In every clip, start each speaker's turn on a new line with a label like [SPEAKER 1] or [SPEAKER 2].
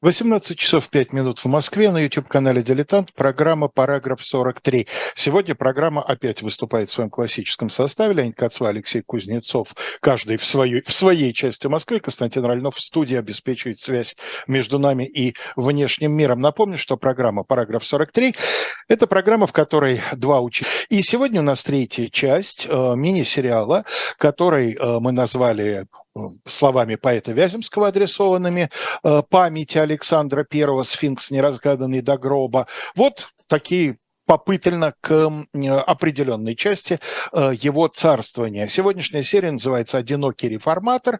[SPEAKER 1] 18 часов 5 минут в Москве, на YouTube-канале «Дилетант», программа «Параграф 43». Сегодня программа опять выступает в своем классическом составе. Леонид Кацва, Алексей Кузнецов, каждый в своей части Москвы. Константин Ральнов в студии обеспечивает связь между нами и внешним миром. Напомню, что программа «Параграф 43» – это программа, в которой два учителя. И сегодня у нас третья часть мини-сериала, который мы назвали словами поэта Вяземского адресованными «Памяти Александра I, сфинкс неразгаданный до гроба». Вот такие попытально к определенной части его царствования. Сегодняшняя серия называется «Одинокий реформатор».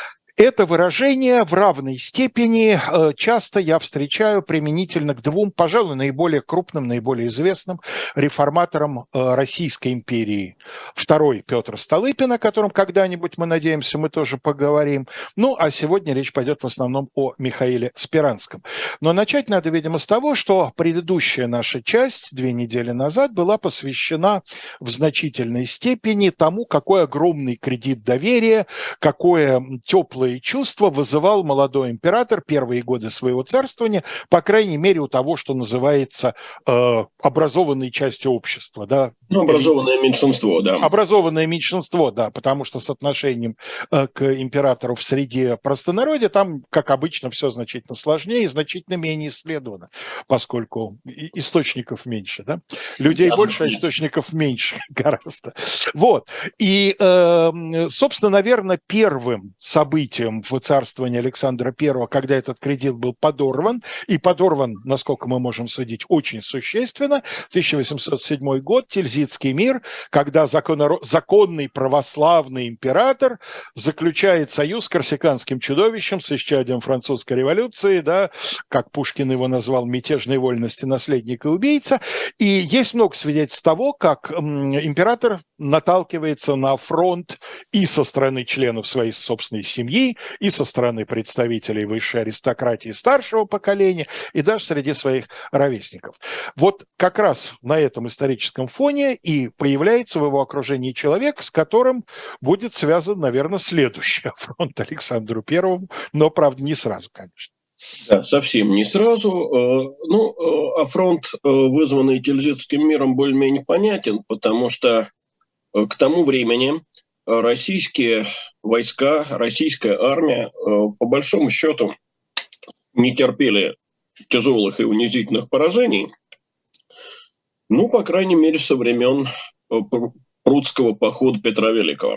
[SPEAKER 1] Это выражение в равной степени часто я встречаю применительно к двум, пожалуй, наиболее крупным, наиболее известным реформаторам Российской империи. Второй – Петр Столыпин, о котором когда-нибудь, мы надеемся, мы тоже поговорим. Ну, а сегодня речь пойдет в основном о Михаиле Спиранском. Но начать надо, видимо, с того, что предыдущая наша часть 2 недели назад была посвящена в значительной степени тому, какой огромный кредит доверия, какое теплое чувство вызывал молодой император первые годы своего царствования, по крайней мере, у того, что называется образованной частью общества. Да?
[SPEAKER 2] Ну, образованное меньшинство, да.
[SPEAKER 1] Образованное меньшинство, да, потому что с отношением к императору в среде простонародья там, как обычно, все значительно сложнее и значительно менее исследовано, поскольку источников меньше, да? Людей больше, а источников меньше гораздо. Вот. И, собственно, наверное, первым событием в царствовании Александра I, когда этот кредит был подорван, и подорван, насколько мы можем судить, очень существенно, 1807 год, Тильзитский мир, когда законный православный император заключает союз с корсиканским чудовищем, с исчадием французской революции, да, как Пушкин его назвал, мятежной вольности наследник и убийца. И есть много свидетельств того, как император наталкивается на фронт и со стороны членов своей собственной семьи, и со стороны представителей высшей аристократии старшего поколения, и даже среди своих ровесников. Вот как раз на этом историческом фоне и появляется в его окружении человек, с которым будет связан, наверное, следующий фронт Александру Первому, но, правда, не сразу, конечно.
[SPEAKER 2] Да, совсем не сразу. А фронт, вызванный Тильзитским миром, более-менее понятен, потому что к тому времени российские войска, российская армия, по большому счету, не терпели тяжелых и унизительных поражений, ну, по крайней мере, со времен прудского похода Петра Великого.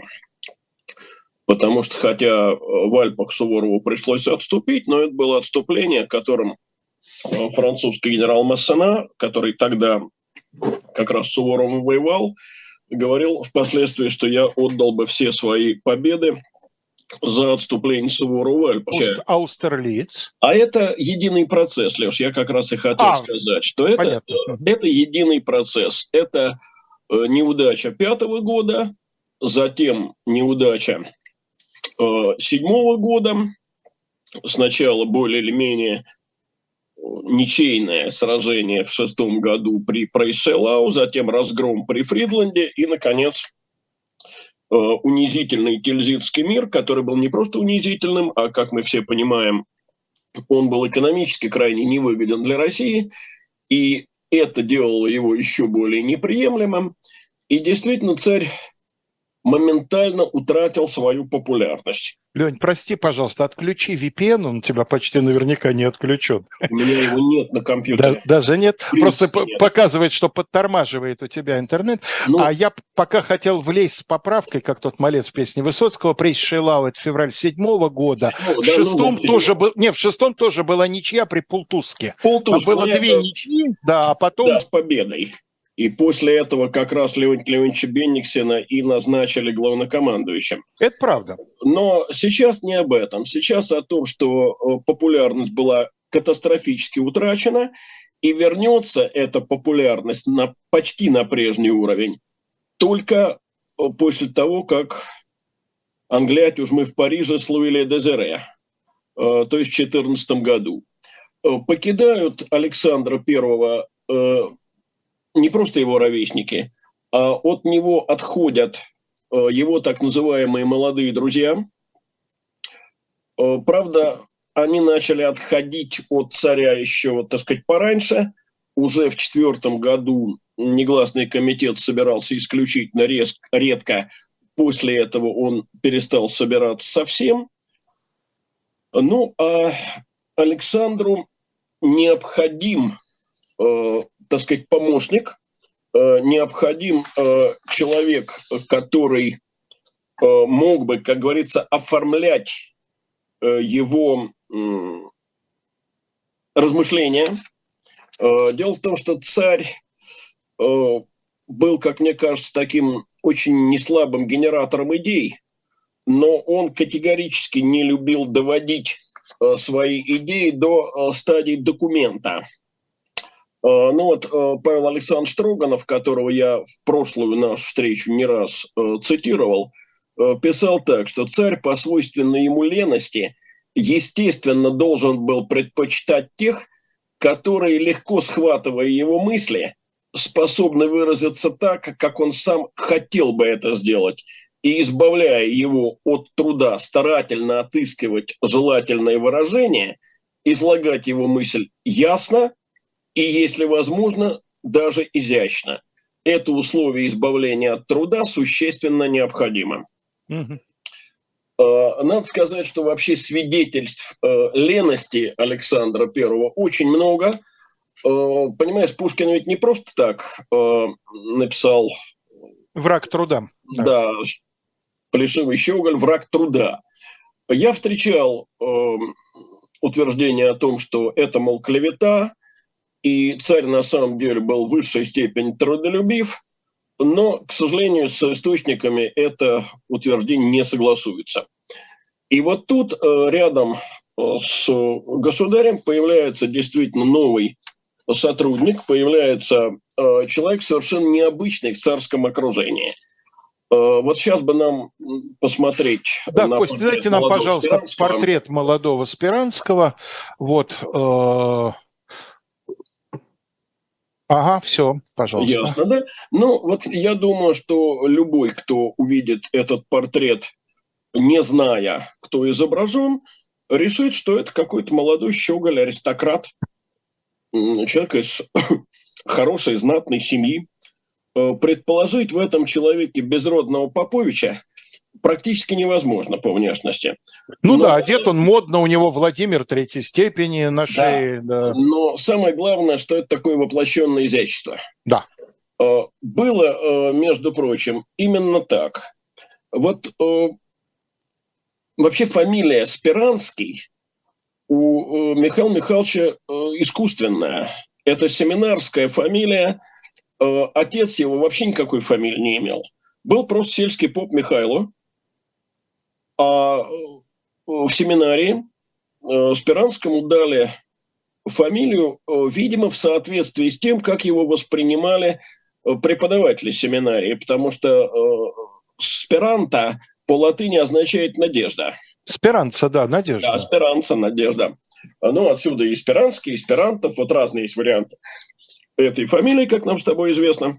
[SPEAKER 2] Потому что, хотя в Альпах Суворову пришлось отступить, но это было отступление, которым французский генерал Массена, который тогда как раз с Суворовым воевал, говорил впоследствии, что я отдал бы все свои победы за отступление Суворова в Альпы.
[SPEAKER 1] Аустерлиц.
[SPEAKER 2] А это единый процесс, Леш, я как раз и хотел сказать, что это единый процесс. Это неудача 5-го года, затем неудача 7-го года, сначала более или менее ничейное сражение в 6-м году при Прейселау, затем разгром при Фридланде и, наконец, унизительный Тильзитский мир, который был не просто унизительным, а, как мы все понимаем, он был экономически крайне невыгоден для России, и это делало его еще более неприемлемым. И действительно, царь моментально утратил свою популярность.
[SPEAKER 1] Лень, прости, пожалуйста, отключи VPN, он у тебя почти наверняка не отключен.
[SPEAKER 2] У меня его нет на компьютере.
[SPEAKER 1] Даже нет? Просто
[SPEAKER 2] нет.
[SPEAKER 1] Показывает, что подтормаживает у тебя интернет. А я пока хотел влезть с поправкой, как тот малец в песне Высоцкого, Прейселау, это февраль 7-го года. В 6-м тоже была ничья при Пултуске. Там было 2 ничьи, да, а потом...
[SPEAKER 2] Да, с победой. И после этого как раз Леонтия Леонидовича Бенниксена и назначили главнокомандующим.
[SPEAKER 1] Это правда.
[SPEAKER 2] Но сейчас не об этом. Сейчас о том, что популярность была катастрофически утрачена, и вернется эта популярность почти на прежний уровень только после того, как «Англять уж мы в Париже с Луи Дезире», то есть в 2014 году. Покидают Александра Первого не просто его ровесники, а от него отходят его так называемые молодые друзья. Правда, они начали отходить от царя еще, так сказать, пораньше. Уже в 4 году негласный комитет собирался исключительно редко. После этого он перестал собираться совсем. Ну, а Александру необходим, так сказать, помощник, необходим человек, который мог бы, как говорится, оформлять его размышления. Дело в том, что царь был, как мне кажется, таким очень неслабым генератором идей, но он категорически не любил доводить свои идеи до стадии документа. Ну вот Павел Александрович Строганов, которого я в прошлую нашу встречу не раз цитировал, писал так, что царь по свойственной ему лености естественно должен был предпочитать тех, которые, легко схватывая его мысли, способны выразиться так, как он сам хотел бы это сделать, и, избавляя его от труда старательно отыскивать желательное выражение, излагать его мысль ясно и, если возможно, даже изящно. Это условие избавления от труда существенно необходимо. Надо сказать, что вообще свидетельств лености Александра I очень много. Понимаешь, Пушкин ведь не просто так написал...
[SPEAKER 1] «Враг труда».
[SPEAKER 2] Да, «Плешивый щеголь, враг труда». Я встречал утверждение о том, что это, мол, клевета, и царь на самом деле был в высшей степени трудолюбив, но, к сожалению, с источниками это утверждение не согласуется. И вот тут рядом с государем появляется действительно новый сотрудник, появляется человек совершенно необычный в царском окружении. Вот сейчас бы нам посмотреть
[SPEAKER 1] на
[SPEAKER 2] Кость,
[SPEAKER 1] дайте нам, пожалуйста, портрет молодого Спиранского. Вот. Ага, все, пожалуйста.
[SPEAKER 2] Ясно, да? Ну, вот я думаю, что любой, кто увидит этот портрет, не зная, кто изображен, решит, что это какой-то молодой щеголь, аристократ, человек из хорошей, знатной семьи. Предположить в этом человеке безродного Поповича практически невозможно по внешности.
[SPEAKER 1] Ну да, одет он модно, у него Владимир третьей степени на шее.
[SPEAKER 2] Да. Но самое главное, что это такое воплощенное изящество.
[SPEAKER 1] Да.
[SPEAKER 2] Было, между прочим, именно так. Вот вообще фамилия Спиранский у Михаила Михайловича искусственная. Это семинарская фамилия. Отец его вообще никакой фамилии не имел. Был просто сельский поп Михайло. А в семинарии Спиранскому дали фамилию, видимо, в соответствии с тем, как его воспринимали преподаватели семинарии, потому что спиранта по латыни означает «надежда».
[SPEAKER 1] Спиранца, да, надежда.
[SPEAKER 2] Да, спиранца, надежда. Ну, отсюда и спиранский, и спирантов, вот разные есть варианты этой фамилии, как нам с тобой известно.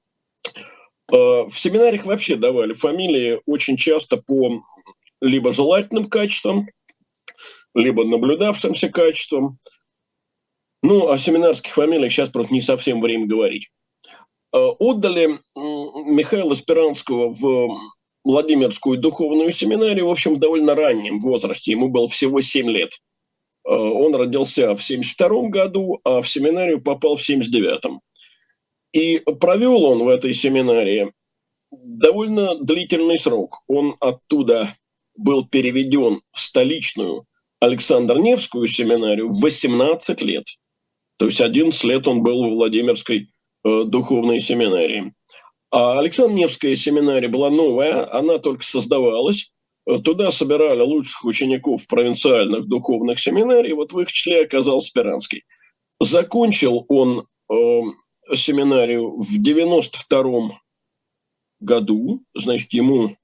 [SPEAKER 2] В семинариях вообще давали фамилии очень часто по либо желательным качествам, либо наблюдавшимся качествам. Ну, о семинарских фамилиях сейчас просто не совсем время говорить. Отдали Михаила Спиранского в Владимирскую духовную семинарию, в общем, в довольно раннем возрасте. Ему было всего 7 лет. Он родился в 1972 году, а в семинарию попал в 1979. И провел он в этой семинарии довольно длительный срок. Он оттуда был переведен в столичную Александр-Невскую семинарию в 18 лет. То есть 11 лет он был в Владимирской духовной семинарии. А Александр-Невская семинария была новая, она только создавалась. Туда собирали лучших учеников провинциальных духовных семинарий. Вот в их числе оказался Спиранский. Закончил он семинарию в 1992 году. Значит, ему,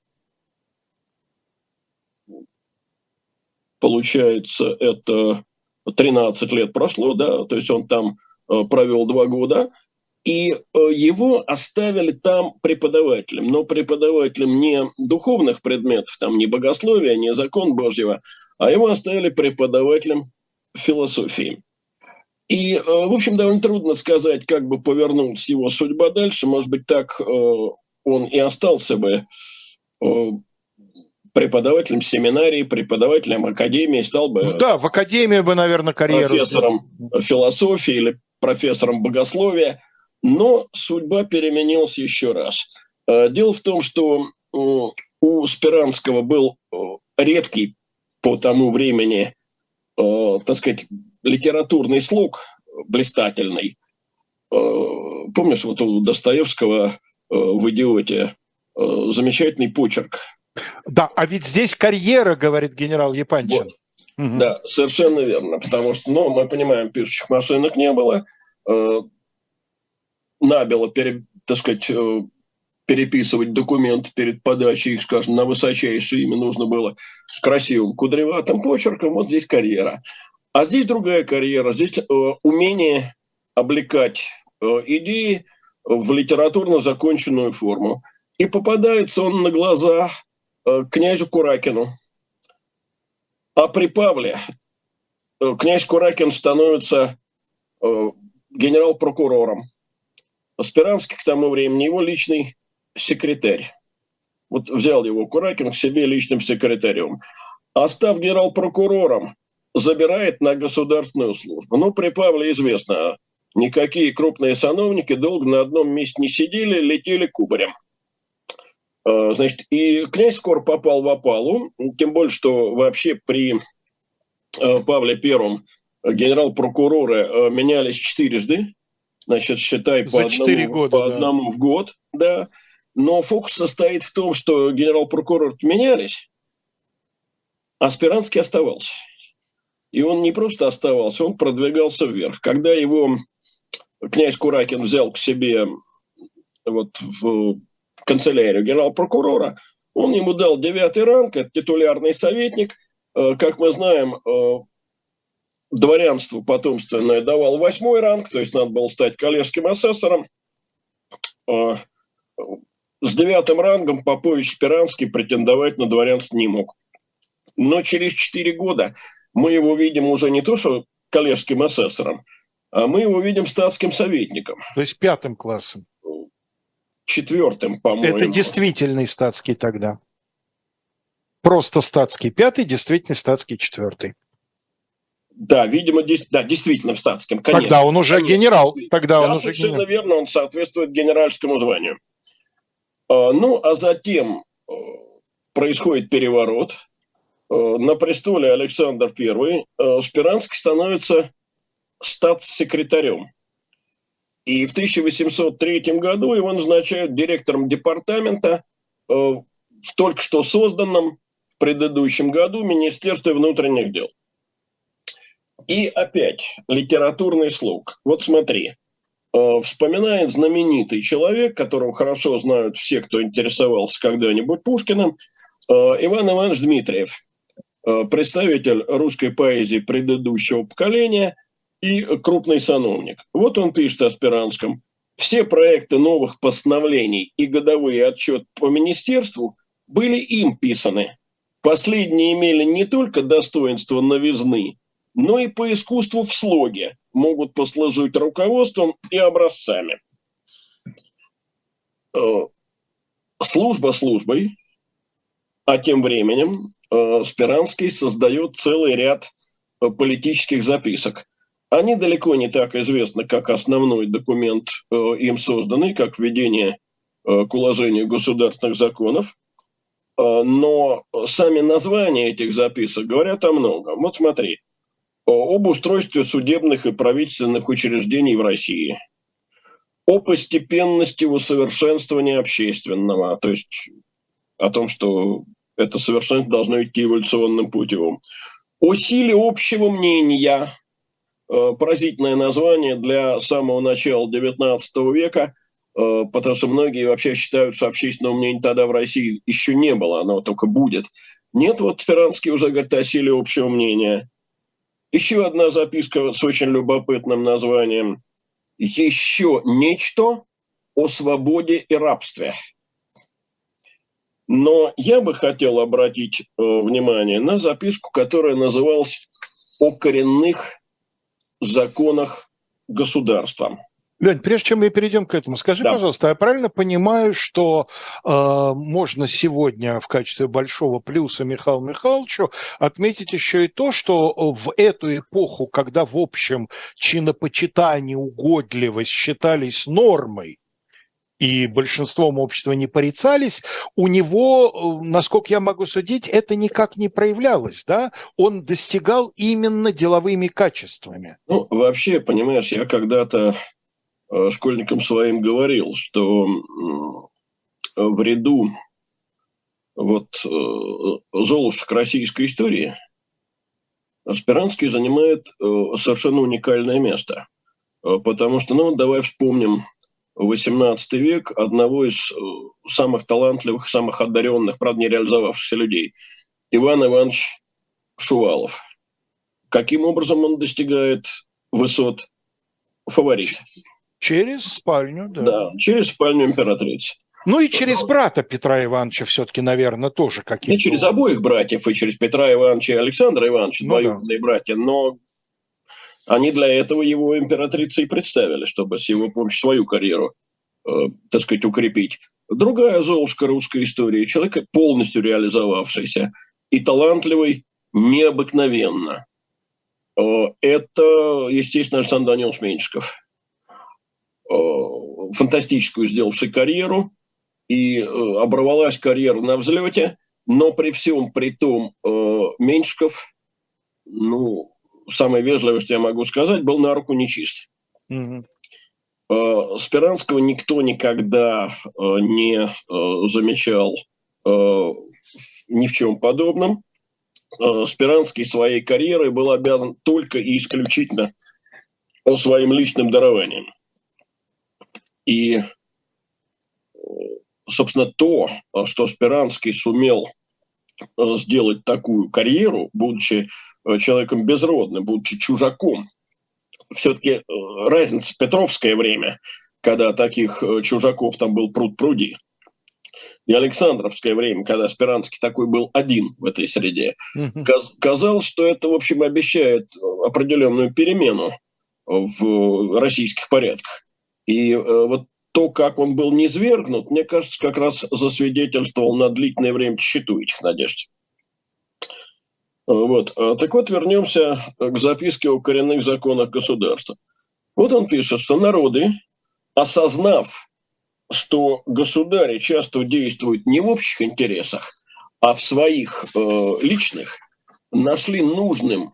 [SPEAKER 2] получается, это 13 лет прошло, да, то есть он там провел 2 года. И его оставили там преподавателем, но преподавателем не духовных предметов, там не богословия, не закон Божьего, а его оставили преподавателем философии. И, в общем, довольно трудно сказать, как бы повернулась его судьба дальше. Может быть, так он и остался бы преподавателем семинарии, преподавателем академии, стал бы
[SPEAKER 1] да, в академии бы, наверное, карьеру
[SPEAKER 2] профессором философии или профессором богословия, но судьба переменилась еще раз. Дело в том, что у Спиранского был редкий по тому времени, так сказать, литературный слог блистательный. Помнишь, вот у Достоевского в «Идиоте» замечательный почерк.
[SPEAKER 1] Да, а ведь здесь карьера, говорит генерал Епанчин.
[SPEAKER 2] Вот. Угу. Да, совершенно верно, потому что, мы понимаем, пишущих машинок не было, набело, так сказать, переписывать документы перед подачей их, скажем, на высочайшее имя нужно было красивым, кудреватым почерком, вот здесь карьера. А здесь другая карьера, здесь умение облекать идеи в литературно законченную форму. И попадается он на глаза князю Куракину. А при Павле князь Куракин становится генерал-прокурором. Спиранский к тому времени его личный секретарь. Вот взял его Куракин к себе личным секретарем. А став генерал-прокурором, забирает на государственную службу. При Павле известно, никакие крупные сановники долго на одном месте не сидели, летели кубарем. Значит, и князь скоро попал в опалу, тем более, что вообще при Павле Первом генерал-прокуроры менялись четырежды, значит, считай, по одному в год, да. Но фокус состоит в том, что генерал-прокуроры менялись, а Спиранский оставался. И он не просто оставался, он продвигался вверх. Когда его князь Куракин взял к себе вот в канцелярию генерал-прокурора, он ему дал 9-й ранг, это титулярный советник. Как мы знаем, дворянство потомственное давал 8-й ранг, то есть надо было стать коллежским асессором. С 9-м рангом Попович Спиранский претендовать на дворянство не мог. Но через 4 года мы его видим уже не то, что коллежским асессором, а мы его видим статским советником.
[SPEAKER 1] То есть 5-м классом.
[SPEAKER 2] 4-м, по-моему.
[SPEAKER 1] Это действительный статский тогда. Просто статский 5-й, действительно статский 4-й.
[SPEAKER 2] Да, видимо, действительно статским, конечно.
[SPEAKER 1] Тогда он уже генерал.
[SPEAKER 2] Совершенно верно, он соответствует генеральскому званию. А затем происходит переворот. На престоле Александр I, Спиранский становится статс-секретарем. И в 1803 году его назначают директором департамента в только что созданном в предыдущем году Министерстве внутренних дел. И опять литературный слог. Вот смотри, вспоминает знаменитый человек, которого хорошо знают все, кто интересовался когда-нибудь Пушкиным, Иван Иванович Дмитриев, представитель русской поэзии предыдущего поколения и крупный сановник. Вот он пишет о Спиранском. Все проекты новых постановлений и годовые отчеты по министерству были им писаны. Последние имели не только достоинство новизны, но и по искусству в слоге могут послужить руководством и образцами. Служба службой, а тем временем Спиранский создает целый ряд политических записок. Они далеко не так известны, как основной документ, им созданный, как введение к уложению государственных законов. Но сами названия этих записок говорят о многом. Вот смотри. Об устройстве судебных и правительственных учреждений в России. О постепенности усовершенствования общественного. То есть о том, что это совершенство должно идти эволюционным путем. О силе общего мнения. Поразительное название для самого начала XIX века, потому что многие вообще считают, что общественного мнения тогда в России еще не было, оно только будет. Нет, вот Спиранский уже говорит о силе общего мнения. Еще одна записка с очень любопытным названием. Еще нечто о свободе и рабстве. Но я бы хотел обратить внимание на записку, которая называлась «О коренных законах государства».
[SPEAKER 1] Лень, прежде чем мы перейдем к этому, скажи,
[SPEAKER 2] Да.
[SPEAKER 1] пожалуйста, я правильно понимаю, что можно сегодня в качестве большого плюса Михаилу Михайловичу отметить еще и то, что в эту эпоху, когда, в общем, чинопочитание, угодливость считались нормой, и большинством общества не порицались, у него, насколько я могу судить, это никак не проявлялось, да? Он достигал именно деловыми качествами.
[SPEAKER 2] Ну, вообще, понимаешь, я когда-то школьникам своим говорил, что в ряду золушек российской истории Спиранский занимает совершенно уникальное место. Потому что, давай вспомним XVIII век, одного из самых талантливых, самых одаренных, правда, не реализовавшихся людей, Иван Иванович Шувалов. Каким образом он достигает высот? Фаворит.
[SPEAKER 1] Через спальню, да.
[SPEAKER 2] Да, через спальню императрицы.
[SPEAKER 1] Ну и через брата Петра Ивановича все-таки, наверное, тоже каким-то.
[SPEAKER 2] И через обоих братьев, и через Петра Ивановича и Александра Ивановича, двоюродные братья, но они для этого его императрицей представили, чтобы с его помощью свою карьеру, так сказать, укрепить. Другая золушка русской истории, человек полностью реализовавшийся и талантливый необыкновенно. Это, естественно, Александр Данилович Меньшиков, фантастическую сделавший карьеру, и оборвалась карьера на взлете, но при всем при том Меньшиков, самое вежливое, что я могу сказать, был на руку нечист.
[SPEAKER 1] Угу.
[SPEAKER 2] Спиранского никто никогда не замечал ни в чем подобном. Спиранский своей карьерой был обязан только и исключительно своим личным дарованием. И, собственно, то, что Спиранский сумел сделать такую карьеру, будучи человеком безродным, будучи чужаком, все-таки разница Петровское время, когда таких чужаков там был пруд-пруди, и Александровское время, когда Спиранский такой был один в этой среде, казалось, что это, в общем, обещает определенную перемену в российских порядках. И вот то, как он был низвергнут, мне кажется, как раз засвидетельствовал на длительное время тщету этих надежд. Так вот, вернемся к записке о коренных законах государства. Вот он пишет, что народы, осознав, что государи часто действуют не в общих интересах, а в своих личных, нашли нужным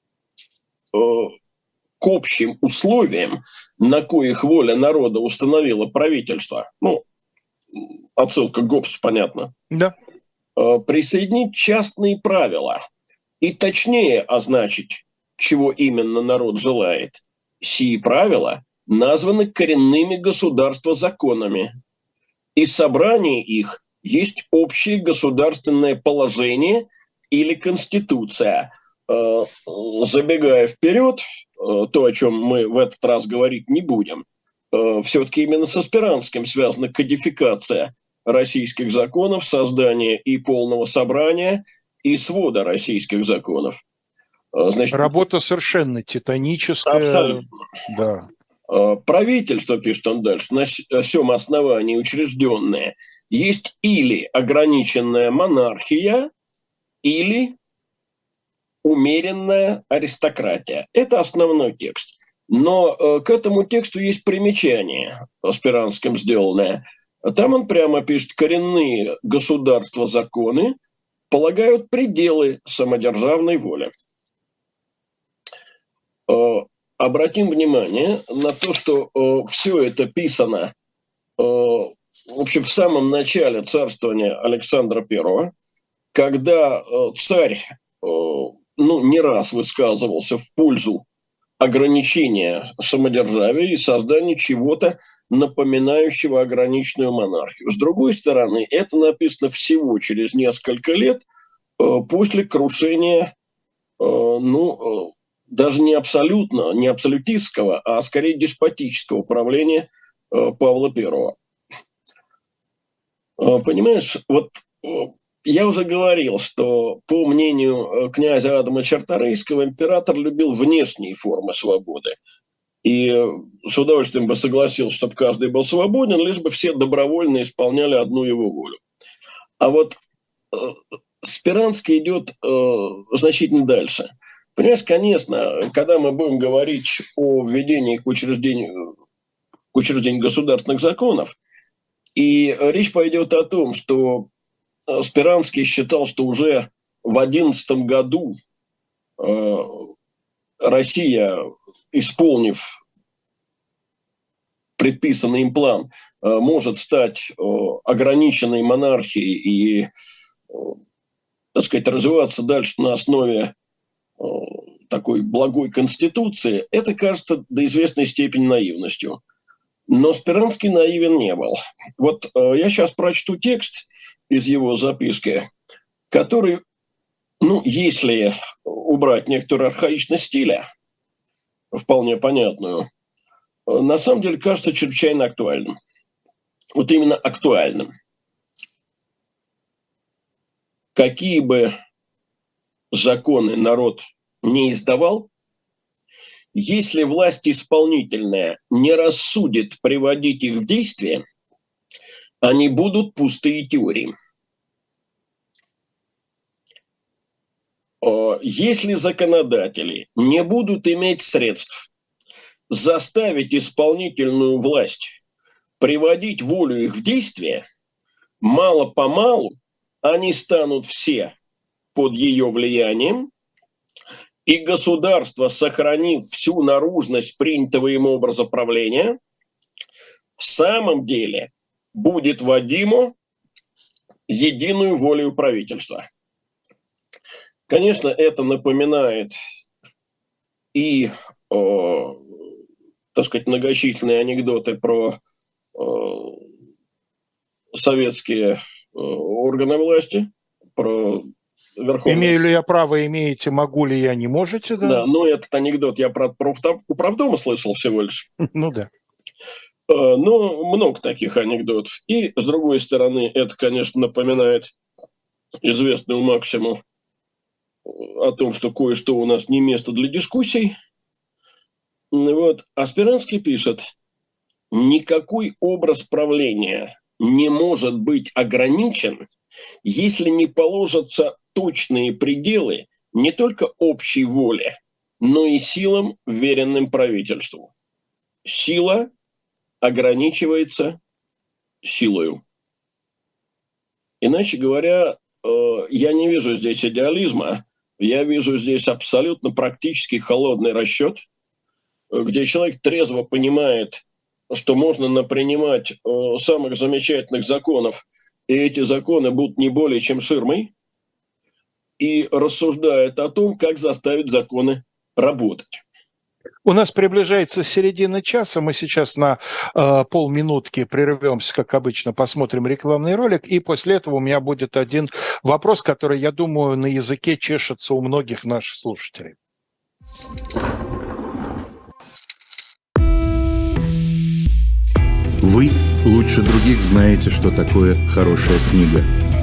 [SPEAKER 2] к общим условиям, на коих воля народа установила правительство, отсылка к Гоббсу, понятно,
[SPEAKER 1] да.
[SPEAKER 2] Присоединить частные правила и точнее означить, чего именно народ желает. Сии правила названы коренными государства-законами, и собрание их есть общее государственное положение или конституция. Забегая вперед, то, о чем мы в этот раз говорить не будем, все-таки именно со Спиранским связана кодификация российских законов, создание и полного собрания, и свода российских законов.
[SPEAKER 1] Значит, работа совершенно титаническая.
[SPEAKER 2] Абсолютно.
[SPEAKER 1] Да.
[SPEAKER 2] Правительство, пишет он дальше, на всем основании учрежденное, есть или ограниченная монархия, или умеренная аристократия. Это основной текст. Но к этому тексту есть примечание, Спиранским сделанное. Там он прямо пишет: коренные государства-законы полагают пределы самодержавной воли. Обратим внимание на то, что все это писано в общем, в самом начале царствования Александра I, когда царь не раз высказывался в пользу ограничения самодержавия и создания чего-то напоминающего ограниченную монархию. С другой стороны, это написано всего через несколько лет после крушения, даже не абсолютистского, а скорее деспотического правления Павла I. Понимаешь, вот я уже говорил, что, по мнению князя Адама Чарторийского, император любил внешние формы свободы. И с удовольствием бы согласился, чтобы каждый был свободен, лишь бы все добровольно исполняли одну его волю. А вот Спиранский идет значительно дальше. Понимаешь, конечно, когда мы будем говорить о введении к учреждению государственных законов, и речь пойдет о том, что Спиранский считал, что уже в 2011 году Россия, исполнив предписанный им план, может стать ограниченной монархией и, так сказать, развиваться дальше на основе такой благой конституции, это кажется до известной степени наивностью. Но Спиранский наивен не был. Вот я сейчас прочту текст из его записки, который, если убрать некоторую архаичность стиля, вполне понятную, на самом деле кажется чрезвычайно актуальным. Вот именно актуальным. Какие бы законы народ не издавал, если власть исполнительная не рассудит приводить их в действие, они будут пустые теории. Если законодатели не будут иметь средств заставить исполнительную власть приводить волю их в действие, мало-помалу они станут все под ее влиянием, и государство, сохранив всю наружность принятого им образа правления, в самом деле будет водимо единую волею правительства. Конечно, это напоминает и, так сказать, многочисленные анекдоты про советские органы власти, про верховный...
[SPEAKER 1] Имею ли я право, имеете, могу ли я, не можете, да?
[SPEAKER 2] Да, этот анекдот я про управдома слышал всего лишь.
[SPEAKER 1] Ну да.
[SPEAKER 2] Но много таких анекдотов. И, с другой стороны, это, конечно, напоминает известную максиму о том, что кое-что у нас не место для дискуссий. Вот. А Спиранский пишет: никакой образ правления не может быть ограничен, если не положатся точные пределы не только общей воле, но и силам, веренным правительству. Сила ограничивается силою. Иначе говоря, я не вижу здесь идеализма, я вижу здесь абсолютно практически холодный расчет, где человек трезво понимает, что можно напринимать самых замечательных законов, и эти законы будут не более чем ширмой, и рассуждает о том, как заставить законы работать.
[SPEAKER 1] У нас приближается середина часа, мы сейчас на полминутки прервемся, как обычно, посмотрим рекламный ролик, и после этого у меня будет один вопрос, который, я думаю, на языке чешется у многих наших слушателей.
[SPEAKER 3] Вы лучше других знаете, что такое хорошая книга.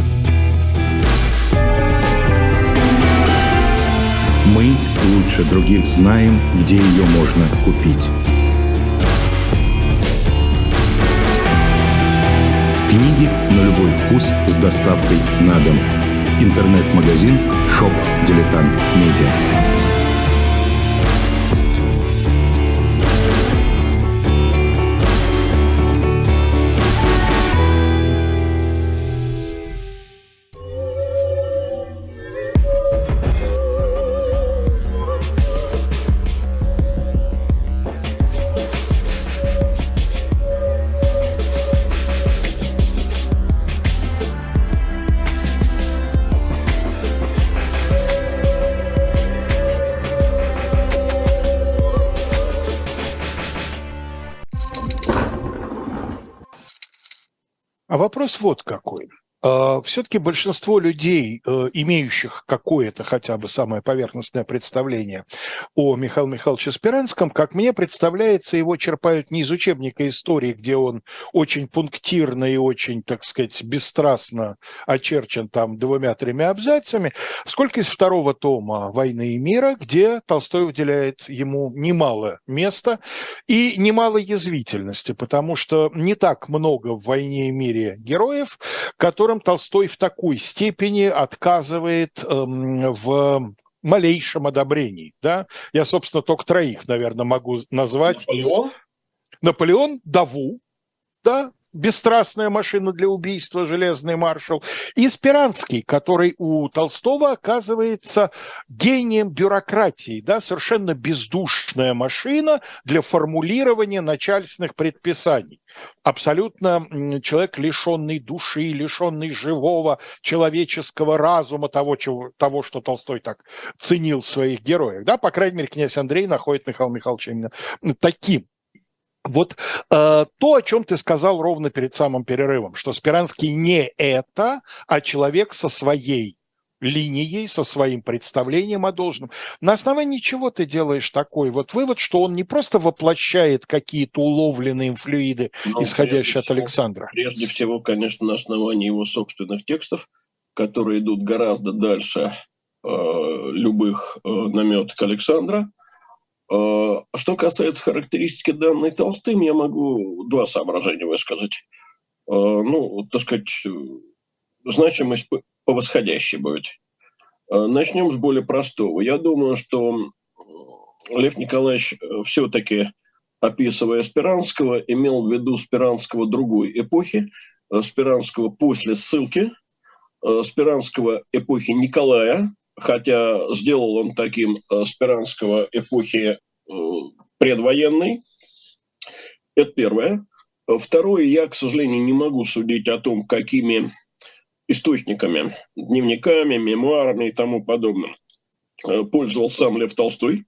[SPEAKER 3] Мы лучше других знаем, где ее можно купить. Книги на любой вкус с доставкой на дом. Интернет-магазин Shop Дилетант Медиа.
[SPEAKER 1] А вопрос вот какой. Все-таки большинство людей, имеющих какое-то хотя бы самое поверхностное представление о Михаиле Михайловиче Спиранском, как мне представляется, его черпают не из учебника истории, где он очень пунктирно и очень, так сказать, бесстрастно очерчен там 2-3 абзацами, сколько из второго тома «Войны и мира», где Толстой уделяет ему немало места и немало язвительности, потому что не так много в «Войне и мире» героев, которым Толстой в такой степени отказывает в малейшем одобрении. Да? Я, собственно, только 3, наверное, могу назвать. Наполеон, Даву, да, бесстрастная машина для убийства, железный маршал, и Спиранский, который у Толстого оказывается гением бюрократии, да, совершенно бездушная машина для формулирования начальственных предписаний. Абсолютно человек, лишенный души, лишенный живого человеческого разума, того, что Толстой так ценил в своих героях. Да? По крайней мере, князь Андрей находит Михаила Михайловича именно таким. Вот то, о чем ты сказал ровно перед самым перерывом, что Спиранский не это, а человек со своей линией, со своим представлением о должном. На основании чего ты делаешь такой вот вывод, что он не просто воплощает какие-то уловленные им флюиды, исходящие от Александра?
[SPEAKER 2] Прежде всего, конечно, на основании его собственных текстов, которые идут гораздо дальше любых наметок Александра. Что касается характеристики данной Толстым, я могу 2 соображения высказать. Так сказать, значимость по восходящей будет. Начнем с более простого. Я думаю, что Лев Николаевич все-таки, описывая Спиранского, имел в виду Спиранского другой эпохи, Спиранского после ссылки, Спиранского эпохи Николая, хотя сделал он таким Спиранского эпохи предвоенной. Это первое. Второе, я, к сожалению, не могу судить о том, какими источниками, дневниками, мемуарами и тому подобным пользовался сам Лев Толстой.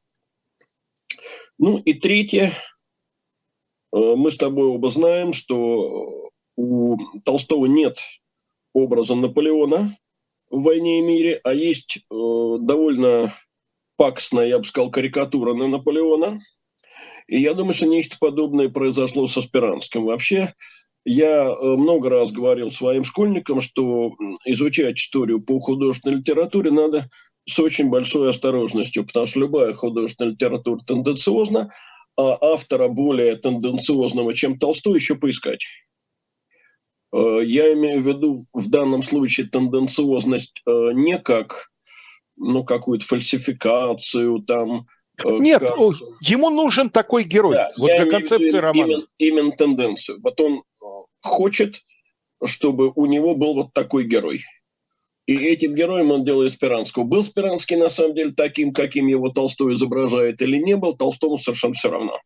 [SPEAKER 2] И третье, мы с тобой оба знаем, что у Толстого нет образа Наполеона в «Войне и мире», а есть довольно пакостная, я бы сказал, карикатура на Наполеона. И я думаю, что нечто подобное произошло со Спиранским. Вообще, я много раз говорил своим школьникам, что изучать историю по художественной литературе надо с очень большой осторожностью, потому что любая художественная литература тенденциозна, а автора более тенденциозного, чем Толстой, еще поискать. Я имею в виду в данном случае тенденциозность не как какую-то фальсификацию там.
[SPEAKER 1] Нет, ему нужен такой герой.
[SPEAKER 2] Да,
[SPEAKER 1] вот для концепции романа.
[SPEAKER 2] Именно тенденцию. Вот он хочет, чтобы у него был вот такой герой. И этим героем он делает Спиранского. Был Спиранский на самом деле таким, каким его Толстой изображает, или не был, Толстому совершенно все равно.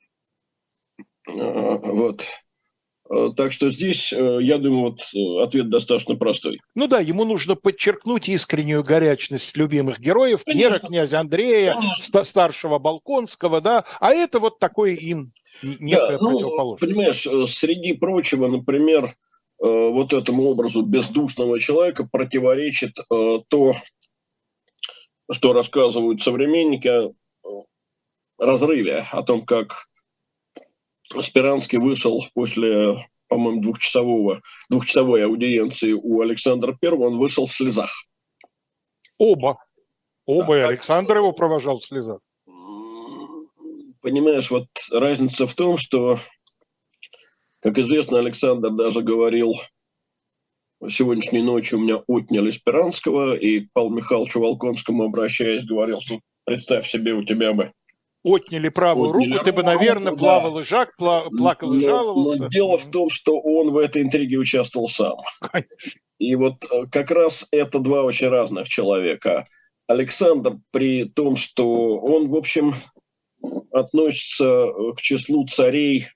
[SPEAKER 2] Вот. Так что здесь, я думаю, ответ достаточно простой.
[SPEAKER 1] Ему нужно подчеркнуть искреннюю горячность любимых героев, Пьера, князя Андрея, старшего Болконского, да, а это вот такой им некая противоположность.
[SPEAKER 2] Понимаешь, среди прочего, например, вот этому образу бездушного человека противоречит то, что рассказывают современники о разрыве, о том, как Спиранский вышел после, по-моему, двухчасовой аудиенции у Александра I, он вышел в слезах.
[SPEAKER 1] Оба, и Александр его провожал в слезах.
[SPEAKER 2] Понимаешь, вот разница в том, что, как известно, Александр даже говорил: сегодняшней ночью у меня отняли Спиранского, и к Павлу Михайловичу Волконскому, обращаясь, говорил, что представь себе, у тебя бы
[SPEAKER 1] отняли правую руку, ты бы, наверное, плакал и жаловался.
[SPEAKER 2] Но дело в том, что он в этой интриге участвовал сам.
[SPEAKER 1] Конечно.
[SPEAKER 2] И вот как раз это 2 очень разных человека. Александр, при том, что он, в общем, относится к числу царей,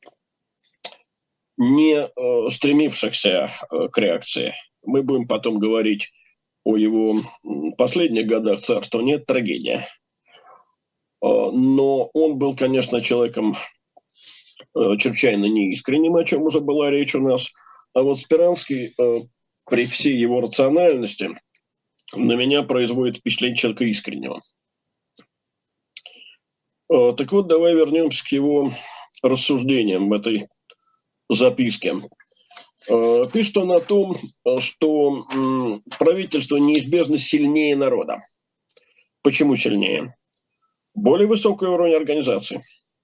[SPEAKER 2] не стремившихся к реакции. Мы будем потом говорить о его последних годах царствования, это трагедия. Но он был, конечно, человеком чрезвычайно неискренним, о чем уже была речь у нас. А вот Спиранский при всей его рациональности, на меня производит впечатление человека искреннего. Так вот, давай вернемся к его рассуждениям в этой записке. Пишет он о том, что правительство неизбежно сильнее народа. Почему сильнее? Более высокий уровень организации.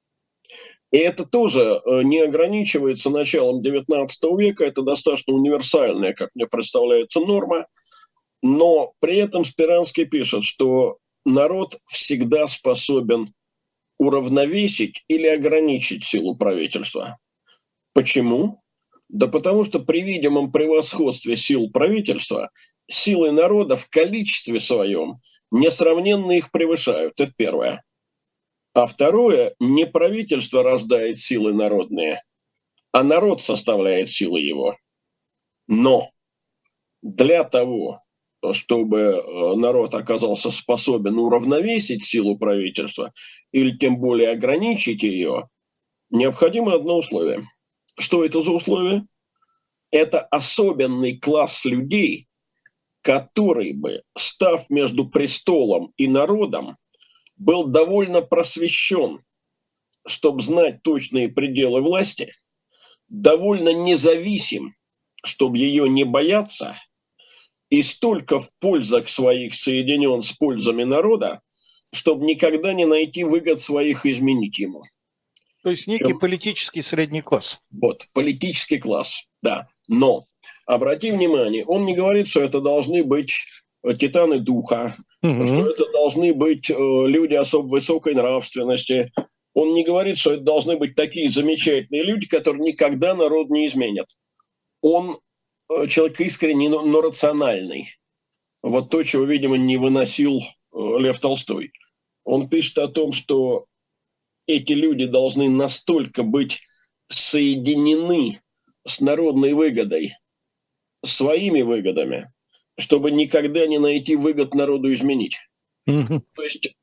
[SPEAKER 2] И это тоже не ограничивается началом XIX века, это достаточно универсальная, как мне представляется, норма, но при этом Спиранский пишет, что народ всегда способен уравновесить или ограничить силу правительства. Почему? Да потому что при видимом превосходстве сил правительства силы народа в количестве своем несравненно их превышают. Это первое. А второе, не правительство рождает силы народные, а народ составляет силы его. Но для того, чтобы народ оказался способен уравновесить силу правительства или тем более ограничить ее, необходимо одно условие. Что это за условие? Это особенный класс людей, который бы, став между престолом и народом, был довольно просвещен, чтобы знать точные пределы власти, довольно независим, чтобы ее не бояться, и столько в пользах своих соединен с пользами народа, чтобы никогда не найти выгод своих изменить ему.
[SPEAKER 1] То есть некий политический средний класс.
[SPEAKER 2] Вот, политический класс, да. Но, обрати внимание, он не говорит, что это должны быть титаны духа, что это должны быть люди особо высокой нравственности. Он не говорит, что это должны быть такие замечательные люди, которые никогда народ не изменят. Он человек искренний, но рациональный. Вот то, чего, видимо, не выносил Лев Толстой. Он пишет о том, что эти люди должны настолько быть соединены с народной выгодой, своими выгодами, чтобы никогда не найти выгод народу изменить. То есть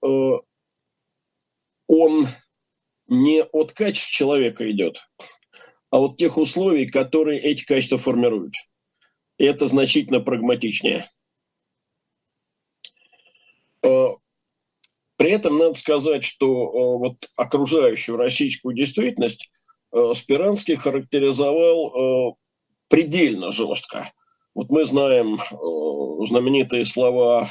[SPEAKER 2] он не от качеств человека идет, а от тех условий, которые эти качества формируют. И это значительно прагматичнее. При этом надо сказать, что вот окружающую российскую действительность Спиранский характеризовал предельно жестко. Вот мы знаем знаменитые слова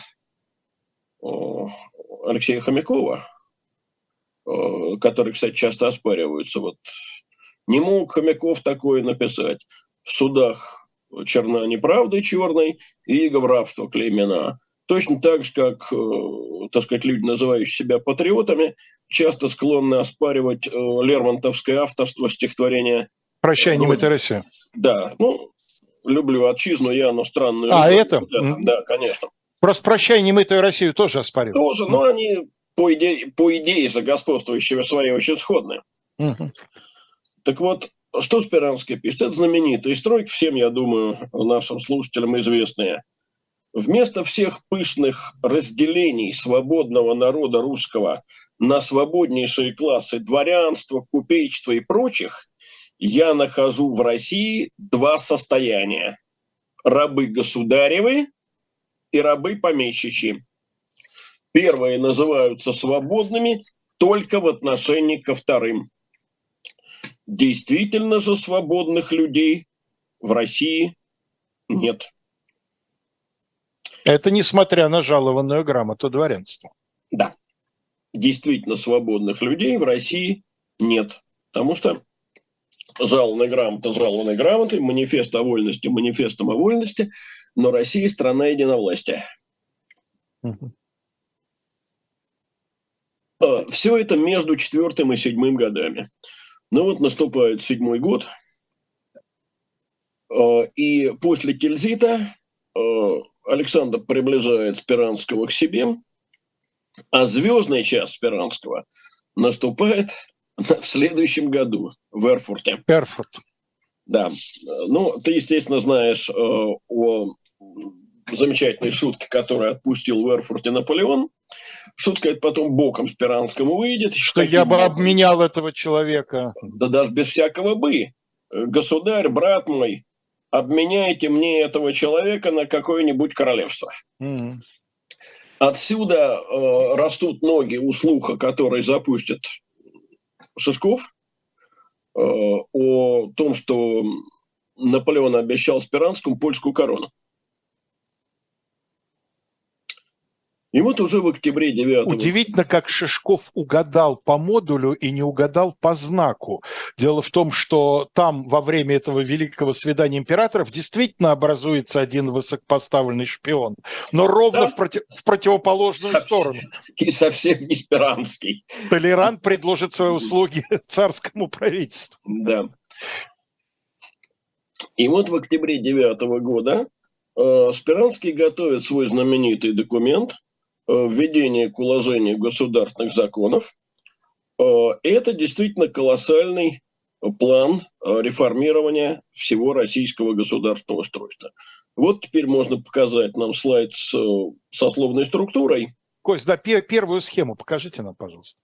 [SPEAKER 2] Алексея Хомякова, которые, кстати, часто оспариваются. Вот не мог Хомяков такое написать. В судах черна неправда черной, и иго в рабство клеймена. Точно так же, как, так сказать, люди, называющие себя патриотами, часто склонны оспаривать лермонтовское авторство стихотворения
[SPEAKER 1] «Прощай, немытая Россия».
[SPEAKER 2] Да, ну, люблю отчизну я, но странную.
[SPEAKER 1] Это?
[SPEAKER 2] Вот это? Да, конечно.
[SPEAKER 1] Просто «Прощай, немытую Россию» тоже оспаривают.
[SPEAKER 2] Тоже, но они по идее же господствующие свои очень сходные. Так вот, что Спиранский пишет? Это знаменитые строки, всем, я думаю, нашим слушателям известные. Вместо всех пышных разделений свободного народа русского на свободнейшие классы дворянства, купечества и прочих, я нахожу в России два состояния. Рабы государевы и рабы помещичьи. Первые называются свободными только в отношении ко вторым. Действительно же свободных людей в России нет.
[SPEAKER 1] Это несмотря на жалованную грамоту дворянства.
[SPEAKER 2] Да. Действительно свободных людей в России нет. Потому что жалованная грамота жалованной грамотой, манифест о вольности манифестом о вольности, но Россия страна единовластия. Все это между 4 и 7 годами. Ну вот наступает 7-й год, и после Тильзита Александр приближает Спиранского к себе, а звездный час Спиранского наступает в следующем году в Эрфурте.
[SPEAKER 1] Эрфурт.
[SPEAKER 2] Да. Ну, ты, естественно, знаешь о замечательной шутке, которую отпустил в Эрфурте Наполеон. Шутка это потом боком Спиранскому выйдет.
[SPEAKER 1] Что я бы обменял этого человека.
[SPEAKER 2] Да даже без всякого «бы». Государь, брат мой, обменяйте мне этого человека на какое-нибудь королевство. Отсюда растут ноги у слуха, который запустит Шишков, о том, что Наполеон обещал Спиранскому польскую корону. И вот уже в октябре 9-го...
[SPEAKER 1] Удивительно, как Шишков угадал по модулю и не угадал по знаку. Дело в том, что там во время этого великого свидания императоров действительно образуется один высокопоставленный шпион, но ровно в противоположную сторону.
[SPEAKER 2] И совсем не Спиранский.
[SPEAKER 1] Толерант предложит свои услуги царскому правительству.
[SPEAKER 2] Да. И вот в октябре 9-го года Спиранский готовит свой знаменитый документ «Введение к уложению государственных законов». Это действительно колоссальный план реформирования всего российского государственного устройства. Вот теперь можно показать нам слайд с сословной структурой.
[SPEAKER 1] Кость, да, первую схему покажите нам, пожалуйста.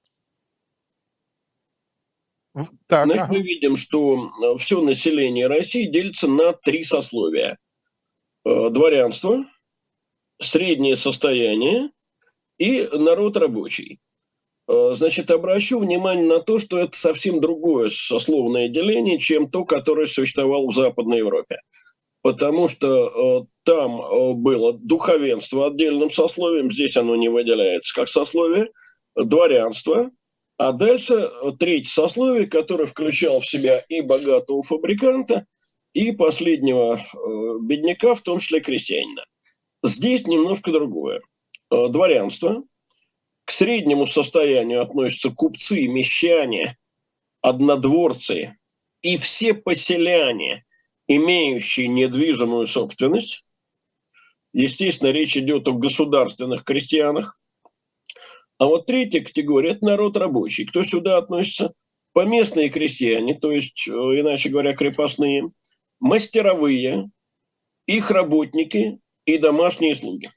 [SPEAKER 1] Так,
[SPEAKER 2] Значит, мы видим, что все население России делится на 3 сословия. Дворянство, среднее состояние и народ рабочий. Значит, обращу внимание на то, что это совсем другое сословное деление, чем то, которое существовало в Западной Европе. Потому что там было духовенство отдельным сословием, здесь оно не выделяется как сословие, дворянство, а дальше 3-е сословие, которое включало в себя и богатого фабриканта, и последнего бедняка, в том числе крестьянина. Здесь немножко другое. Дворянство. К среднему состоянию относятся купцы, мещане, однодворцы и все поселяне, имеющие недвижимую собственность. Естественно, речь идет о государственных крестьянах. А вот 3-я категория – это народ рабочий. Кто сюда относится? Поместные крестьяне, то есть, иначе говоря, крепостные, мастеровые, их работники и домашние слуги.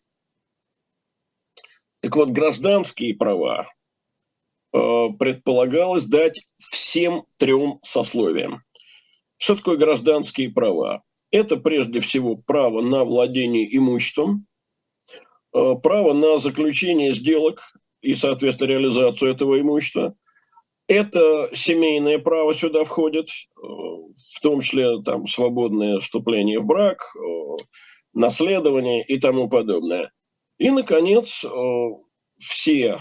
[SPEAKER 2] Так вот, гражданские права предполагалось дать всем 3 сословиям. Что такое гражданские права? Это прежде всего право на владение имуществом, право на заключение сделок и, соответственно, реализацию этого имущества. Это семейное право сюда входит, в том числе там, свободное вступление в брак, наследование и тому подобное. И, наконец, все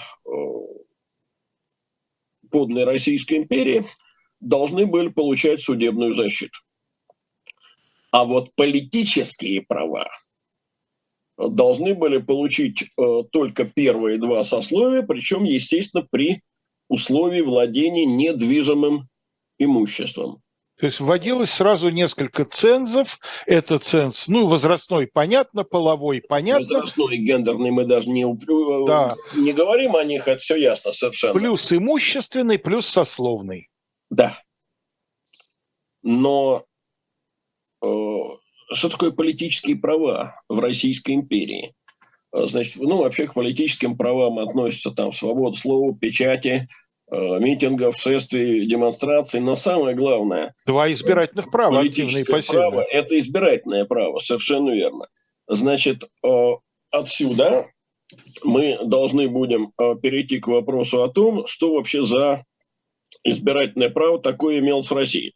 [SPEAKER 2] подданные Российской империи должны были получать судебную защиту. А вот политические права должны были получить только первые 2 сословия, причем, естественно, при условии владения недвижимым имуществом.
[SPEAKER 1] То есть вводилось сразу несколько цензов. Это ценз, возрастной, понятно, половой, понятно.
[SPEAKER 2] Возрастной, гендерный, мы даже не говорим о них, это все ясно совершенно.
[SPEAKER 1] Плюс имущественный, плюс сословный.
[SPEAKER 2] Да. Но что такое политические права в Российской империи? Значит, вообще к политическим правам относятся там свобода слова, печати, митингов, шествий, демонстраций, но самое главное... 2
[SPEAKER 1] избирательных права, активные и пассивные.
[SPEAKER 2] Право – это избирательное право, совершенно верно. Значит, отсюда мы должны будем перейти к вопросу о том, что вообще за избирательное право такое имелось в России.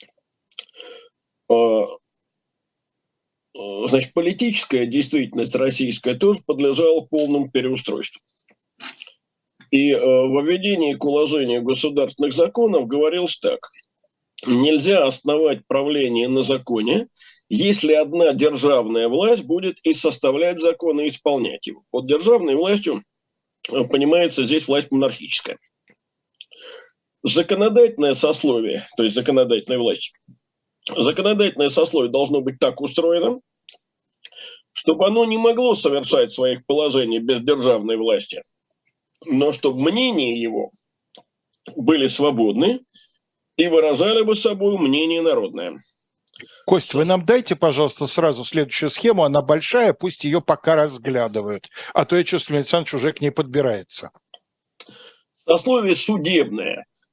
[SPEAKER 2] Значит, политическая действительность российская тоже подлежала полному переустройству. И во введении к уложению государственных законов говорилось так. Нельзя основать правление на законе, если одна державная власть будет и составлять законы, и исполнять его. Под державной властью понимается здесь власть монархическая. Законодательное сословие, то есть законодательная власть, законодательное сословие должно быть так устроено, чтобы оно не могло совершать своих положений без державной власти, но чтобы мнения его были свободны и выражали бы собой мнение народное.
[SPEAKER 1] Костя, вы нам дайте, пожалуйста, сразу следующую схему. Она большая, пусть ее пока разглядывают. А то я чувствую, Александр уже к ней подбирается.
[SPEAKER 2] Сословие судебное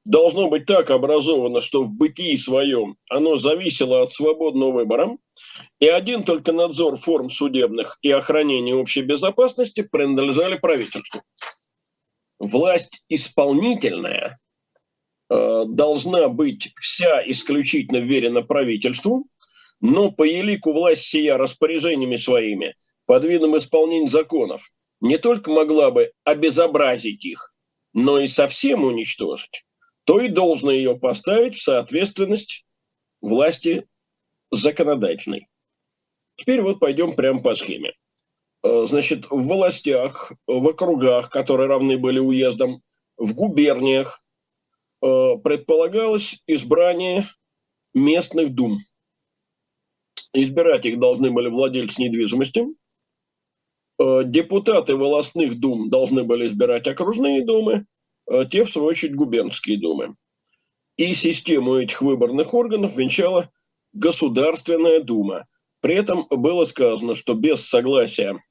[SPEAKER 2] должно быть так образовано, что в бытии своем оно зависело от свободного выбора, и один только надзор форм судебных и охранение общей безопасности принадлежали правительству. Власть исполнительная должна быть вся исключительно вверена правительству, но по елику власть сия распоряжениями своими под видом исполнения законов не только могла бы обезобразить их, но и совсем уничтожить, то и должна ее поставить в соответственность власти законодательной. Теперь вот пойдем прямо по схеме. Значит, в властях, в округах, которые равны были уездам, в губерниях предполагалось избрание местных дум. Избирать их должны были владельцы недвижимости. Депутаты волостных дум должны были избирать окружные думы, те, в свою очередь, губернские думы. И систему этих выборных органов венчала Государственная дума. При этом было сказано, что без согласия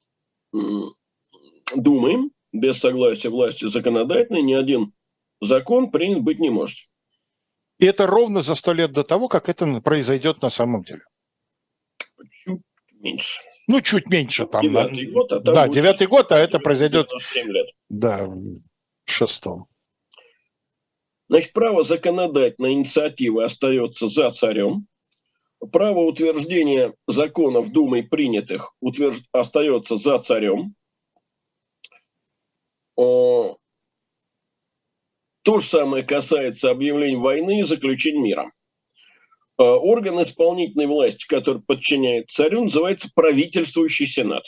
[SPEAKER 2] думы, без согласия власти законодательной ни один закон принят быть не может.
[SPEAKER 1] И это ровно за 100 лет до того, как это произойдет на самом деле.
[SPEAKER 2] Чуть меньше.
[SPEAKER 1] Ну, чуть меньше. Там,
[SPEAKER 2] 9-й год, а там
[SPEAKER 1] да, 9-й год, а это произойдет
[SPEAKER 2] 97 лет.
[SPEAKER 1] Да, в 6-м.
[SPEAKER 2] Значит, право законодательной инициативы остается за царем. Право утверждения законов Думой принятых остается за царем. То же самое касается объявления войны и заключения мира. Орган исполнительной власти, который подчиняет царю, называется правительствующий сенат.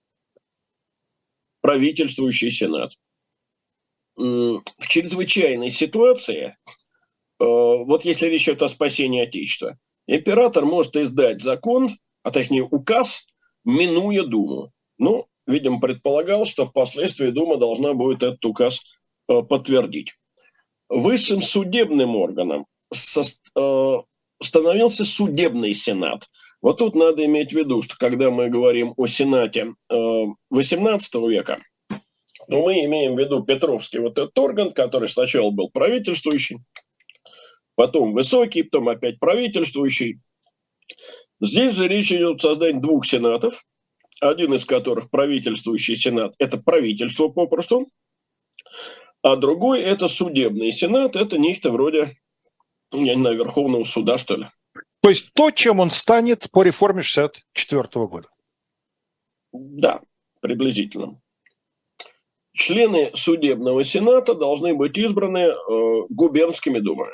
[SPEAKER 2] Правительствующий сенат. В чрезвычайной ситуации, вот если речь идет о спасении Отечества, император может издать закон, а точнее указ, минуя Думу. Ну, видимо, предполагал, что впоследствии Дума должна будет этот указ подтвердить. Высшим судебным органом становился судебный сенат. Вот тут надо иметь в виду, что когда мы говорим о сенате XVIII века, то мы имеем в виду Петровский вот этот орган, который сначала был правительствующий, потом высокий, потом опять правительствующий. Здесь же речь идет о создании двух сенатов, один из которых правительствующий сенат – это правительство попросту, а другой – это судебный сенат, это нечто вроде, я не знаю, Верховного суда, что ли.
[SPEAKER 1] То есть то, чем он станет по реформе 1964 года.
[SPEAKER 2] Да, приблизительно. Члены судебного сената должны быть избраны губернскими думами.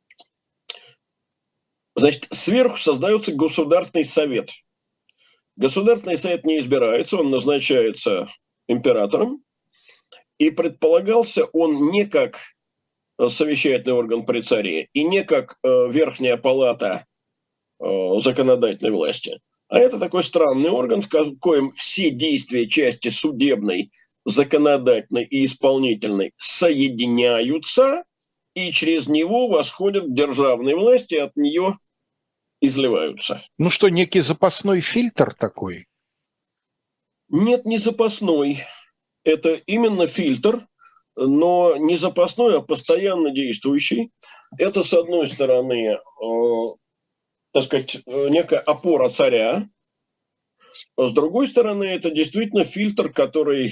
[SPEAKER 2] Значит, сверху создается Государственный совет. Государственный совет не избирается, он назначается императором. И предполагался он не как совещательный орган при царе и не как верхняя палата законодательной власти, а это такой странный орган, в коем все действия части судебной, законодательной и исполнительной соединяются и через него восходят к державной власти, от нее изливаются.
[SPEAKER 1] Ну что, некий запасной фильтр такой?
[SPEAKER 2] Нет, не запасной. Это именно фильтр, но не запасной, а постоянно действующий. Это, с одной стороны, так сказать, некая опора царя. А с другой стороны, это действительно фильтр, который,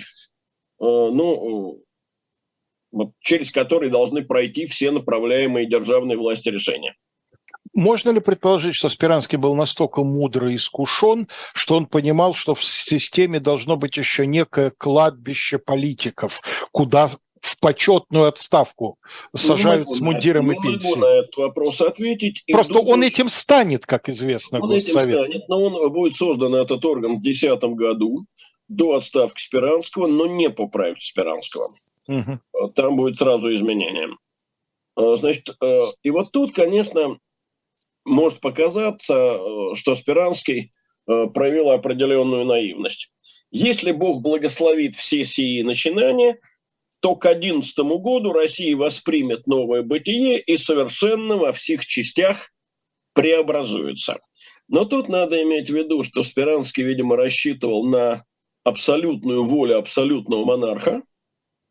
[SPEAKER 2] через который должны пройти все направляемые державной власти решения.
[SPEAKER 1] Можно ли предположить, что Спиранский был настолько мудро и искушен, что он понимал, что в системе должно быть еще некое кладбище политиков, куда в почетную отставку сажают с мундиром и пенсией?
[SPEAKER 2] Не могу на этот вопрос ответить.
[SPEAKER 1] Просто думаю, он этим станет, как известно.
[SPEAKER 2] Он этим станет, но он будет создан, этот орган, в 2010 году, до отставки Спиранского, но не по проекту Спиранского. Угу. Там будет сразу изменение. Значит, и вот тут, конечно, может показаться, что Спиранский проявил определенную наивность. Если Бог благословит все сии начинания, то к 2011 году Россия воспримет новое бытие и совершенно во всех частях преобразуется. Но тут надо иметь в виду, что Спиранский, видимо, рассчитывал на абсолютную волю абсолютного монарха,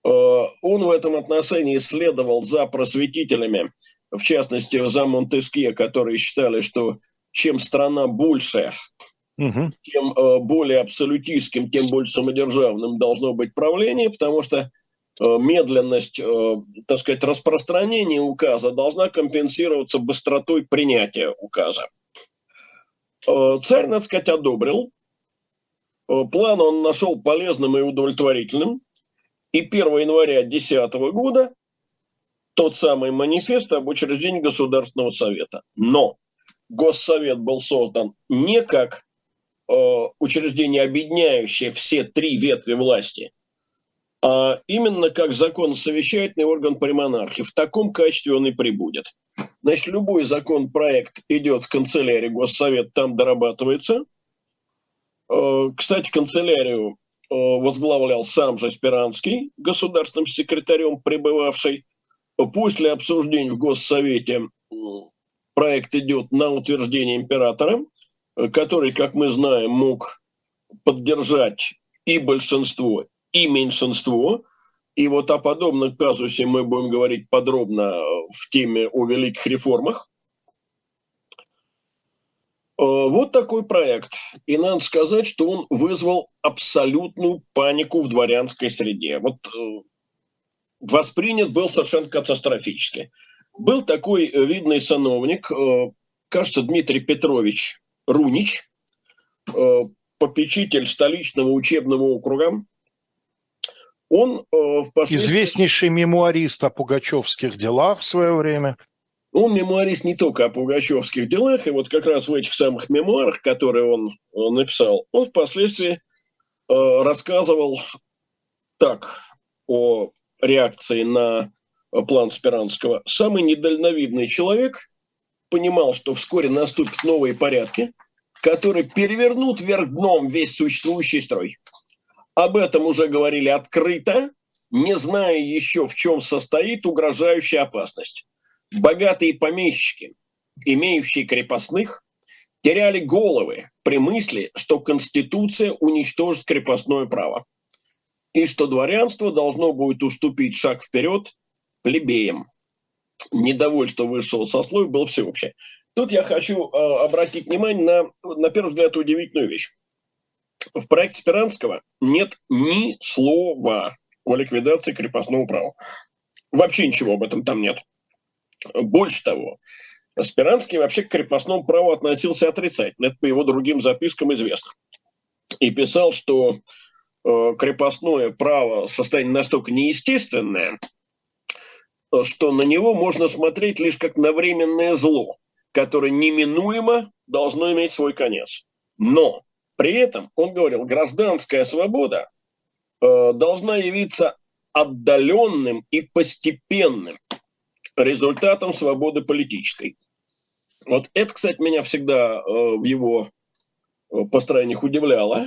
[SPEAKER 2] Он в этом отношении следовал за просветителями, в частности, за Монтескье, которые считали, что чем страна больше, тем более абсолютистским, тем больше самодержавным должно быть правление, потому что медленность, так сказать, распространения указа должна компенсироваться быстротой принятия указа. Царь, надо сказать, одобрил. План он нашел полезным и удовлетворительным. И 1 января 2010 года тот самый манифест об учреждении Государственного совета. Но Госсовет был создан не как учреждение, объединяющее все 3 ветви власти, а именно как законосовещательный орган при монархии. В таком качестве он и прибудет. Значит, любой законопроект идет в канцелярию Госсовета, там дорабатывается. Кстати, канцелярию возглавлял сам же Спиранский, государственным секретарем пребывавший. После обсуждения в Госсовете проект идет на утверждение императора, который, как мы знаем, мог поддержать и большинство, и меньшинство. И вот о подобном казусе мы будем говорить подробно в теме о великих реформах. Вот такой проект. И надо сказать, что он вызвал абсолютную панику в дворянской среде. Вот воспринят был совершенно катастрофически. Был такой видный сановник, кажется, Дмитрий Петрович Рунич, попечитель столичного учебного округа. Он впоследствии... Известнейший мемуарист о пугачевских делах в свое время. Он мемуарист не только о пугачевских делах, и вот как раз в этих самых мемуарах, которые он написал, он впоследствии рассказывал так о реакции на план Спиранского. Самый недальновидный человек понимал, что вскоре наступят новые порядки, которые перевернут вверх дном весь существующий строй. Об этом уже говорили открыто, не зная еще, в чем состоит угрожающая опасность. Богатые помещики, имеющие крепостных, теряли головы при мысли, что Конституция уничтожит крепостное право, и что дворянство должно будет уступить шаг вперед плебеям. Недовольство высшего сословия было всеобщее. Тут я хочу обратить внимание на первый взгляд, удивительную вещь. В проекте Спиранского нет ни слова о ликвидации крепостного права. Вообще ничего об этом там нет. Больше того, Спиранский вообще к крепостному праву относился отрицательно. Это по его другим запискам известно. И писал, что крепостное право состояние настолько неестественное, что на него можно смотреть лишь как на временное зло, которое неминуемо должно иметь свой конец. Но при этом, он говорил, гражданская свобода должна явиться отдаленным и постепенным результатом свободы политической. Вот это, кстати, меня всегда в его построениях удивляло.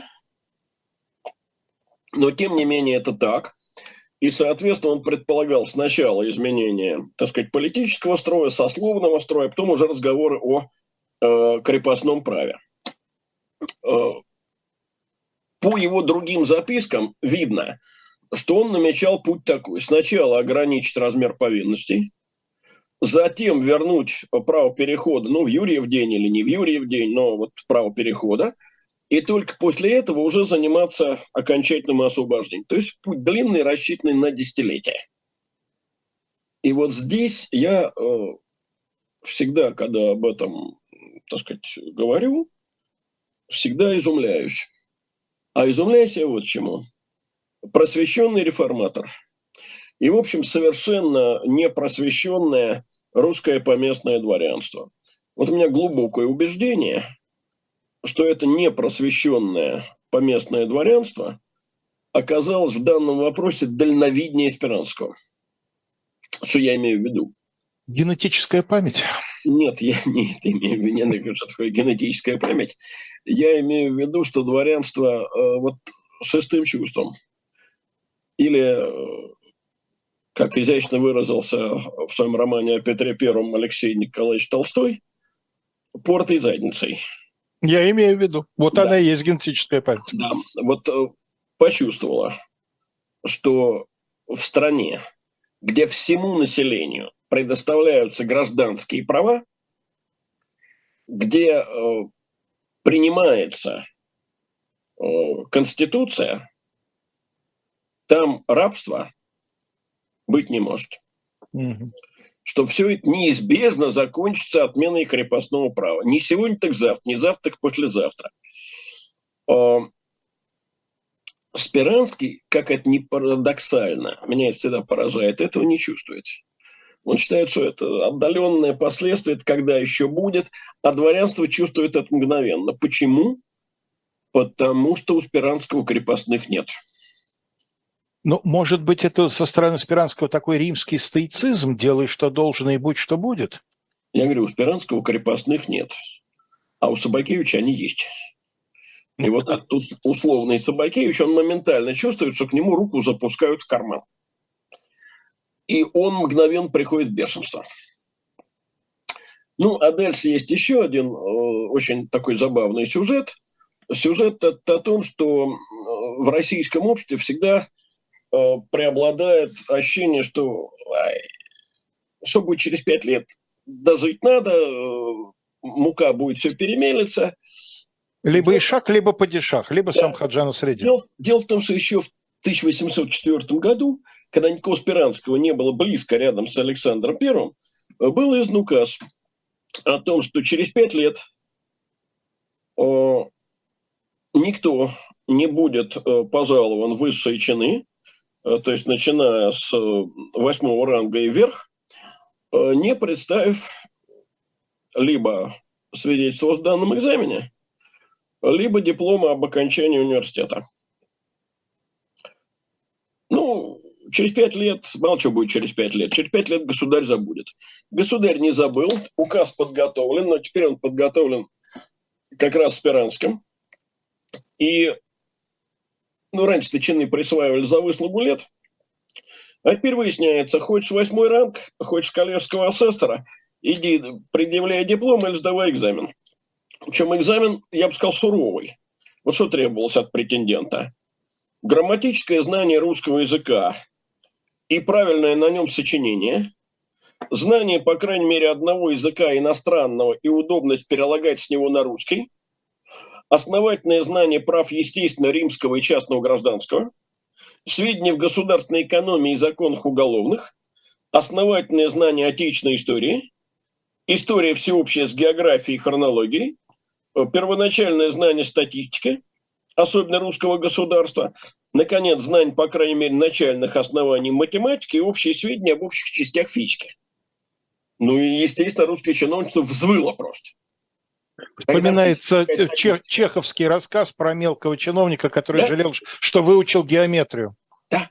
[SPEAKER 2] Но, тем не менее, это так. И, соответственно, он предполагал сначала изменение, так сказать, политического строя, сословного строя, а потом уже разговоры о крепостном праве. По его другим запискам видно, что он намечал путь такой. Сначала ограничить размер повинностей, затем вернуть право перехода, в Юрьев день или не в Юрьев день, но вот право перехода, и только после этого уже заниматься окончательным освобождением. То есть путь длинный, рассчитанный на десятилетия. И вот здесь я всегда, когда об этом, так сказать, говорю, всегда изумляюсь. А изумляюсь я вот чему. Просвещенный реформатор и, в общем, совершенно непросвещенное русское поместное дворянство. Вот у меня глубокое убеждение, что это непросвещенное поместное дворянство оказалось в данном вопросе дальновиднее Спиранского. Что я имею в виду? Генетическая память? Нет, я не имею в виду, что такое генетическая память. Я имею в виду, что дворянство вот шестым чувством. Или, как изящно выразился в своем романе о Петре Первом Алексей Николаевич Толстой, портой задницей. Я имею в виду. Вот да. Она и есть генетическая память. Да, вот почувствовала, что в стране, где всему населению предоставляются гражданские права, где принимается Конституция, там рабства быть не может. Mm-hmm. Что все это неизбежно закончится отменой крепостного права. Не сегодня, так завтра, не завтра, так послезавтра. Спиранский, как это ни парадоксально, меня это всегда поражает, этого не чувствует. Он считает, что это отдаленное последствие, это когда еще будет, а дворянство чувствует это мгновенно. Почему? Потому что у Спиранского крепостных нет.
[SPEAKER 1] Ну, может быть, это со стороны Спиранского такой римский стоицизм, делай, что должно, и будь, что будет?
[SPEAKER 2] Я говорю, у Спиранского крепостных нет, а у Собакевича они есть. И вот этот условный Собакевич, он моментально чувствует, что к нему руку запускают в карман. И он мгновенно приходит в бешенство. Ну, а дальше есть еще один очень такой забавный сюжет. Сюжет о том, что в российском обществе всегда преобладает ощущение, что будет через 5 лет, дожить надо, мука будет все перемелиться.
[SPEAKER 1] Либо ишак, либо падишах, либо сам Хаджа Насреддин.
[SPEAKER 2] Дело в том, что еще в 1804 году, когда никакого Спиранского не было близко рядом с Александром I, был издан указ о том, что через 5 лет никто не будет пожалован в высшие чины, то есть начиная с 8-го ранга и вверх, не представив либо свидетельство о сданном экзамене, либо диплома об окончании университета. Ну, через 5 лет, мало чего будет через 5 лет, через 5 лет государь забудет. Государь не забыл, указ подготовлен, но теперь он подготовлен как раз Спиранским. И, раньше-то чины присваивали за выслугу лет, а теперь выясняется, хочешь 8-й ранг, хочешь коллежского асессора, иди, предъявляй диплом или сдавай экзамен. Причем экзамен, я бы сказал, суровый. Вот что требовалось от претендента? Грамматическое знание русского языка и правильное на нем сочинение, знание, по крайней мере, одного языка иностранного и удобность перелагать с него на русский, основательное знание прав естественно римского и частного гражданского, сведения в государственной экономии и законах уголовных, основательное знание отечественной истории, история всеобщая с географией и хронологией, первоначальное знание статистики, особенно русского государства, наконец, знание, по крайней мере, начальных оснований математики и общие сведения об общих частях физики. Ну и, естественно, русское чиновничество взвыло просто.
[SPEAKER 1] Вспоминается чеховский рассказ про мелкого чиновника, который жалел, что выучил геометрию.
[SPEAKER 2] Да.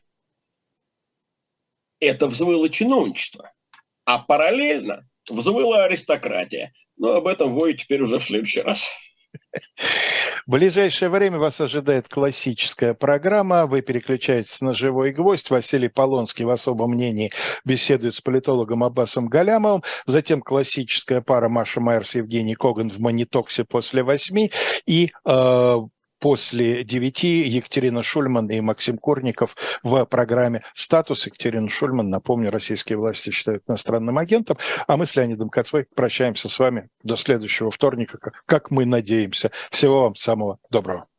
[SPEAKER 2] Это взвыло чиновничество. А параллельно взвыла аристократия. Но об этом вою теперь уже в следующий раз.
[SPEAKER 1] В ближайшее время вас ожидает классическая программа. Вы переключаетесь на «Живой гвоздь». Василий Полонский в особом мнении беседует с политологом Аббасом Галямовым. Затем классическая пара Маша Майерс и Евгений Коган в «Монитоксе» после 8. И после 9 Екатерина Шульман и Максим Курников в программе «Статус». Екатерина Шульман, напомню, российские власти считают иностранным агентом. А мы с Леонидом Кацвой прощаемся с вами до следующего вторника, как мы надеемся. Всего вам самого доброго.